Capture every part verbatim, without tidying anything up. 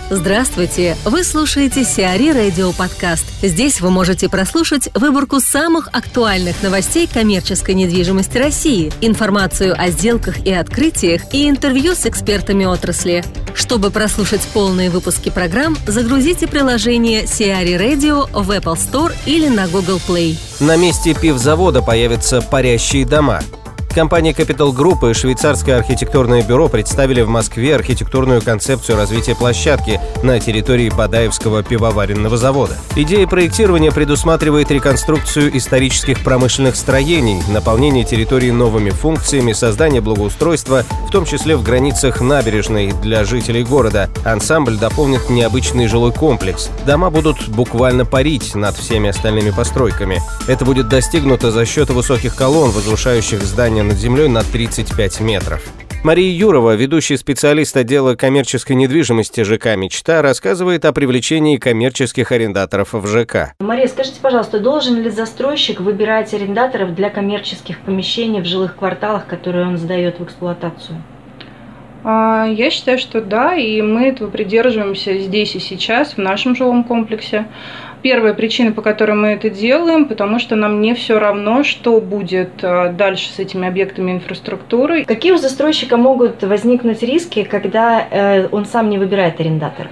Здравствуйте! Вы слушаете Сиари Радио Подкаст. Здесь вы можете прослушать выборку самых актуальных новостей коммерческой недвижимости России, информацию о сделках и открытиях и интервью с экспертами отрасли. Чтобы прослушать полные выпуски программ, загрузите приложение Сиари Radio в Apple Store или на Google Play. На месте пивзавода появятся парящие дома. Компания Capital Group и швейцарское архитектурное бюро представили в Москве архитектурную концепцию развития площадки на территории Бадаевского пивоваренного завода. Идея проектирования предусматривает реконструкцию исторических промышленных строений, наполнение территории новыми функциями, создание благоустройства, в том числе в границах набережной для жителей города. Ансамбль дополнит необычный жилой комплекс. Дома будут буквально парить над всеми остальными постройками. Это будет достигнуто за счет высоких колонн, возвышающих здания над землей на тридцать пять метров. Мария Юрова, ведущий специалист отдела коммерческой недвижимости ЖК «Мечта», рассказывает о привлечении коммерческих арендаторов в ЖК. Мария, скажите, пожалуйста, должен ли застройщик выбирать арендаторов для коммерческих помещений в жилых кварталах, которые он сдает в эксплуатацию? Я считаю, что да, и мы этого придерживаемся здесь и сейчас, в нашем жилом комплексе. Первая причина, по которой мы это делаем, потому что нам не все равно, что будет дальше с этими объектами инфраструктуры. Какие у застройщика могут возникнуть риски, когда он сам не выбирает арендаторов?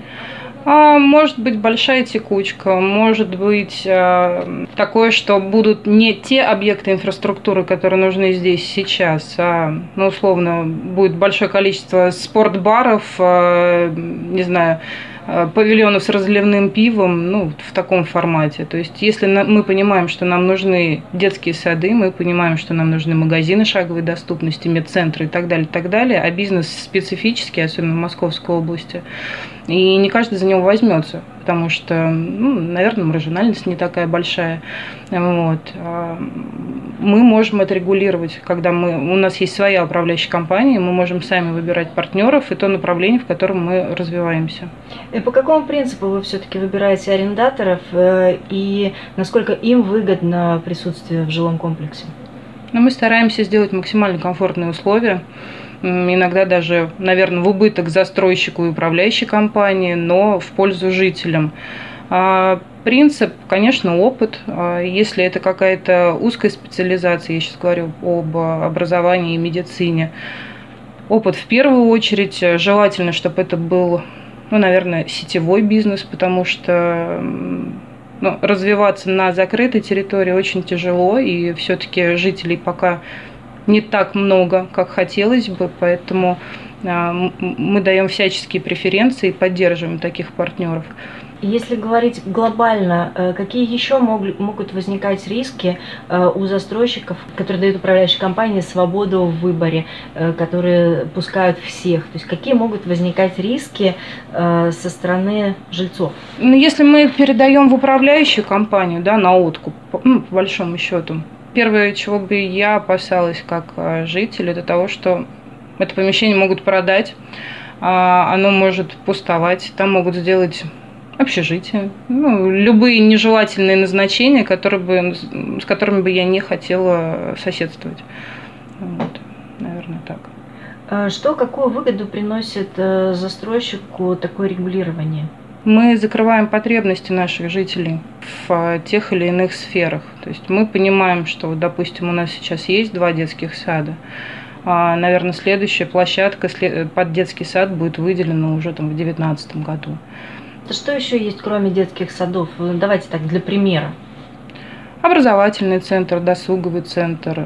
Может быть большая текучка, может быть такое, что будут не те объекты инфраструктуры, которые нужны здесь сейчас, а, ну, условно, будет большое количество спортбаров, не знаю, павильонов с разливным пивом, ну, в таком формате. То есть, если мы понимаем, что нам нужны детские сады, мы понимаем, что нам нужны магазины шаговой доступности, медцентры и так далее, и так далее, а бизнес специфический, особенно в Московской области, и не каждый за него возьмется, потому что, ну, наверное, маржинальность не такая большая. Вот. Мы можем это регулировать, когда мы, у нас есть своя управляющая компания, мы можем сами выбирать партнеров и то направление, в котором мы развиваемся. И по какому принципу вы все-таки выбираете арендаторов и насколько им выгодно присутствие в жилом комплексе? Ну, мы стараемся сделать максимально комфортные условия. Иногда даже, наверное, в убыток застройщику и управляющей компании, но в пользу жителям. Принцип, конечно, опыт. Если это какая-то узкая специализация, я сейчас говорю об образовании и медицине, опыт в первую очередь. Желательно, чтобы это был, ну, наверное, сетевой бизнес, потому что, ну, развиваться на закрытой территории очень тяжело, и все-таки жителей пока не так много, как хотелось бы, поэтому мы даем всяческие преференции и поддерживаем таких партнеров. Если говорить глобально, какие еще могут возникать риски у застройщиков, которые дают управляющей компании свободу в выборе, которые пускают всех? То есть какие могут возникать риски со стороны жильцов? Ну, если мы передаем в управляющую компанию, да, на откуп, ну, по большому счету, первое, чего бы я опасалась как житель, это того, что это помещение могут продать, оно может пустовать, там могут сделать общежитие, ну, любые нежелательные назначения, которые бы, с которыми бы я не хотела соседствовать. Вот, наверное, так. Что, какую выгоду приносит застройщику такое регулирование? Мы закрываем потребности наших жителей в тех или иных сферах. То есть мы понимаем, что, допустим, у нас сейчас есть два детских сада. Наверное, следующая площадка под детский сад будет выделена уже там в две тысячи девятнадцатом году. Что еще есть, кроме детских садов? Давайте так, для примера. Образовательный центр, досуговый центр,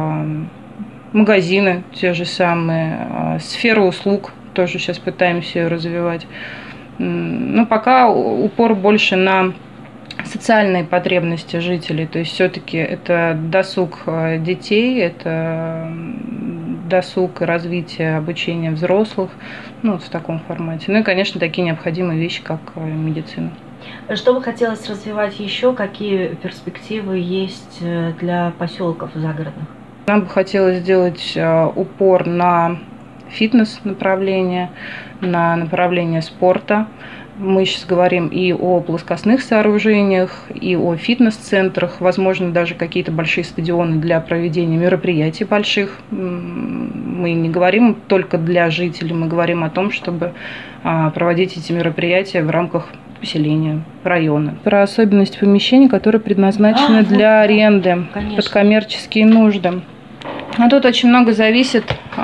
магазины те же самые, сфера услуг, тоже сейчас пытаемся ее развивать. Но пока упор больше на социальные потребности жителей, то есть все-таки это досуг детей, это досуг и развитие обучения взрослых, ну, в таком формате. Ну и, конечно, такие необходимые вещи, как медицина. Что бы хотелось развивать еще? Какие перспективы есть для поселков загородных? Нам бы хотелось сделать упор на фитнес-направление, на направление спорта. Мы сейчас говорим и о плоскостных сооружениях, и о фитнес-центрах, возможно, даже какие-то большие стадионы для проведения мероприятий больших. Мы не говорим только для жителей, мы говорим о том, чтобы проводить эти мероприятия в рамках поселения, района. Про особенности помещений, которые предназначены а, для аренды, конечно, под коммерческие нужды. А тут очень много зависит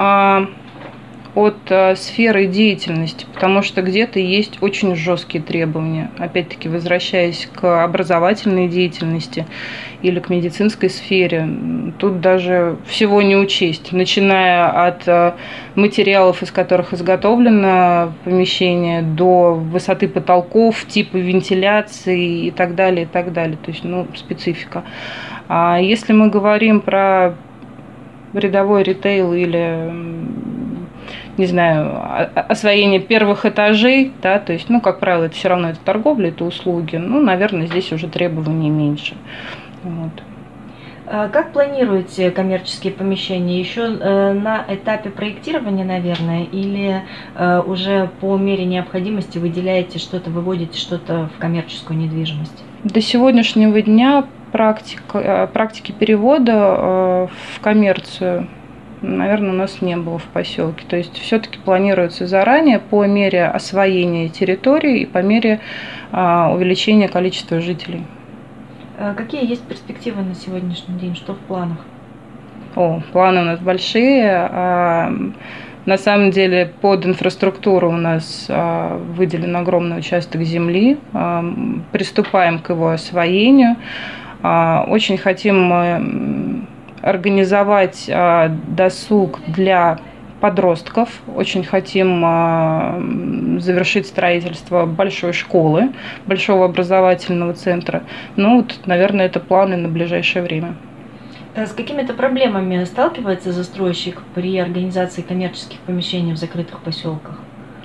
от а, сферы деятельности, потому что где-то есть очень жесткие требования. Опять-таки, возвращаясь к образовательной деятельности или к медицинской сфере, тут даже всего не учесть, начиная от а, материалов, из которых изготовлено помещение, до высоты потолков, типа вентиляции и так далее, и так далее. То есть, ну, специфика. А если мы говорим про рядовой ритейл или, не знаю, освоение первых этажей, да, то есть, ну, как правило, это все равно это торговля, это услуги, ну, наверное, здесь уже требований меньше. Вот. Как планируете коммерческие помещения? Еще на этапе проектирования, наверное, или уже по мере необходимости выделяете что-то, выводите что-то в коммерческую недвижимость? До сегодняшнего дня практика, практики перевода в коммерцию, наверное, у нас не было в поселке. То есть все-таки планируется заранее по мере освоения территории и по мере увеличения количества жителей. Какие есть перспективы на сегодняшний день? Что в планах? О, планы у нас большие. На самом деле под инфраструктуру у нас выделен огромный участок земли. Приступаем к его освоению. Очень хотим организовать досуг для подростков. Очень хотим завершить строительство большой школы, большого образовательного центра. Ну, вот, наверное, это планы на ближайшее время. С какими-то проблемами сталкивается застройщик при организации коммерческих помещений в закрытых поселках?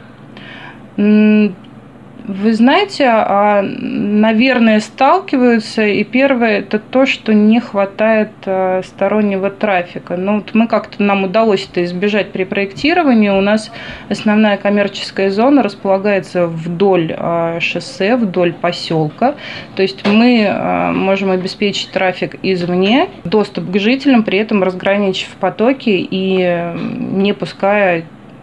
Вы знаете, наверное, сталкиваются. И первое – это то, что не хватает стороннего трафика. Ну, вот мы как-то, нам удалось это избежать при проектировании. У нас основная коммерческая зона располагается вдоль шоссе, вдоль поселка. То есть мы можем обеспечить трафик извне, доступ к жителям, при этом разграничив потоки и не пуская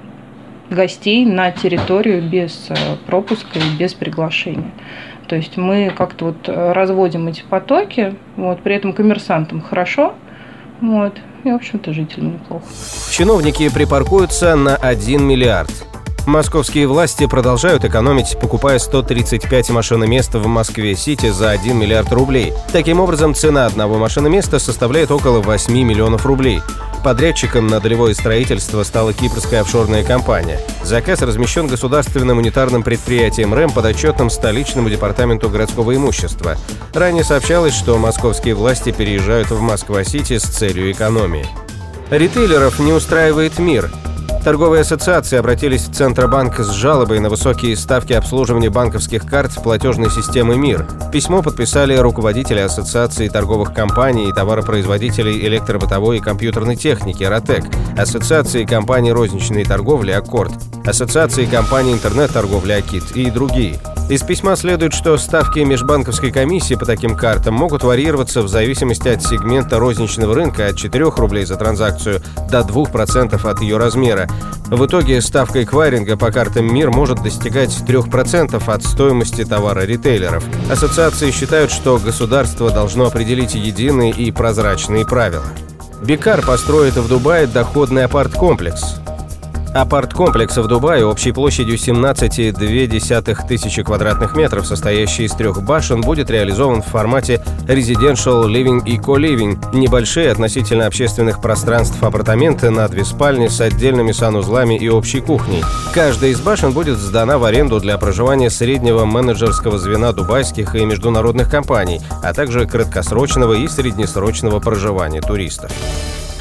гостей на территорию без пропуска и без приглашения. То есть мы как-то вот разводим эти потоки, вот, при этом коммерсантам хорошо, вот, и, в общем-то, жителям неплохо. Чиновники припаркуются на один миллиард. Московские власти продолжают экономить, покупая сто тридцать пять машиномест в Москве-Сити за один миллиард рублей. Таким образом, цена одного машиноместа составляет около восемь миллионов рублей. Подрядчиком на долевое строительство стала кипрская офшорная компания. Заказ размещен государственным унитарным предприятием РЭМ подотчетным столичному департаменту городского имущества. Ранее сообщалось, что московские власти переезжают в Москва-Сити с целью экономии. Ритейлеров не устраивает мир. Торговые ассоциации обратились в Центробанк с жалобой на высокие ставки обслуживания банковских карт платежной системы «Мир». Письмо подписали руководители Ассоциации торговых компаний и товаропроизводителей электробытовой и компьютерной техники «Ротек», Ассоциации компаний розничной торговли «Аккорд», Ассоциации компаний интернет-торговли «Акит» и другие. Из письма следует, что ставки межбанковской комиссии по таким картам могут варьироваться в зависимости от сегмента розничного рынка от четырёх рублей за транзакцию до двух процентов от ее размера. В итоге ставка эквайринга по картам «Мир» может достигать трёх процентов от стоимости товара ритейлеров. Ассоциации считают, что государство должно определить единые и прозрачные правила. Бикар построит в Дубае доходный апарт-комплекс. Апарт-комплекс в Дубае общей площадью семнадцать целых две десятых тысячи квадратных метров, состоящий из трех башен, будет реализован в формате Residential Living и Co-Living. Небольшие относительно общественных пространств апартаменты на две спальни с отдельными санузлами и общей кухней. Каждая из башен будет сдана в аренду для проживания среднего менеджерского звена дубайских и международных компаний, а также краткосрочного и среднесрочного проживания туристов.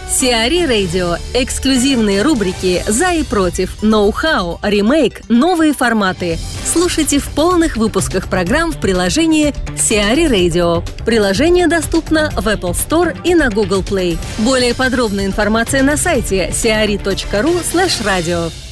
Сиари Radio. Эксклюзивные рубрики «За и против», «Ноу-хау», «Ремейк», «Новые форматы». Слушайте в полных выпусках программ в приложении Сиари Radio. Приложение доступно в Apple Store и на Google Play. Более подробная информация на сайте сиари точка ру слэш радио.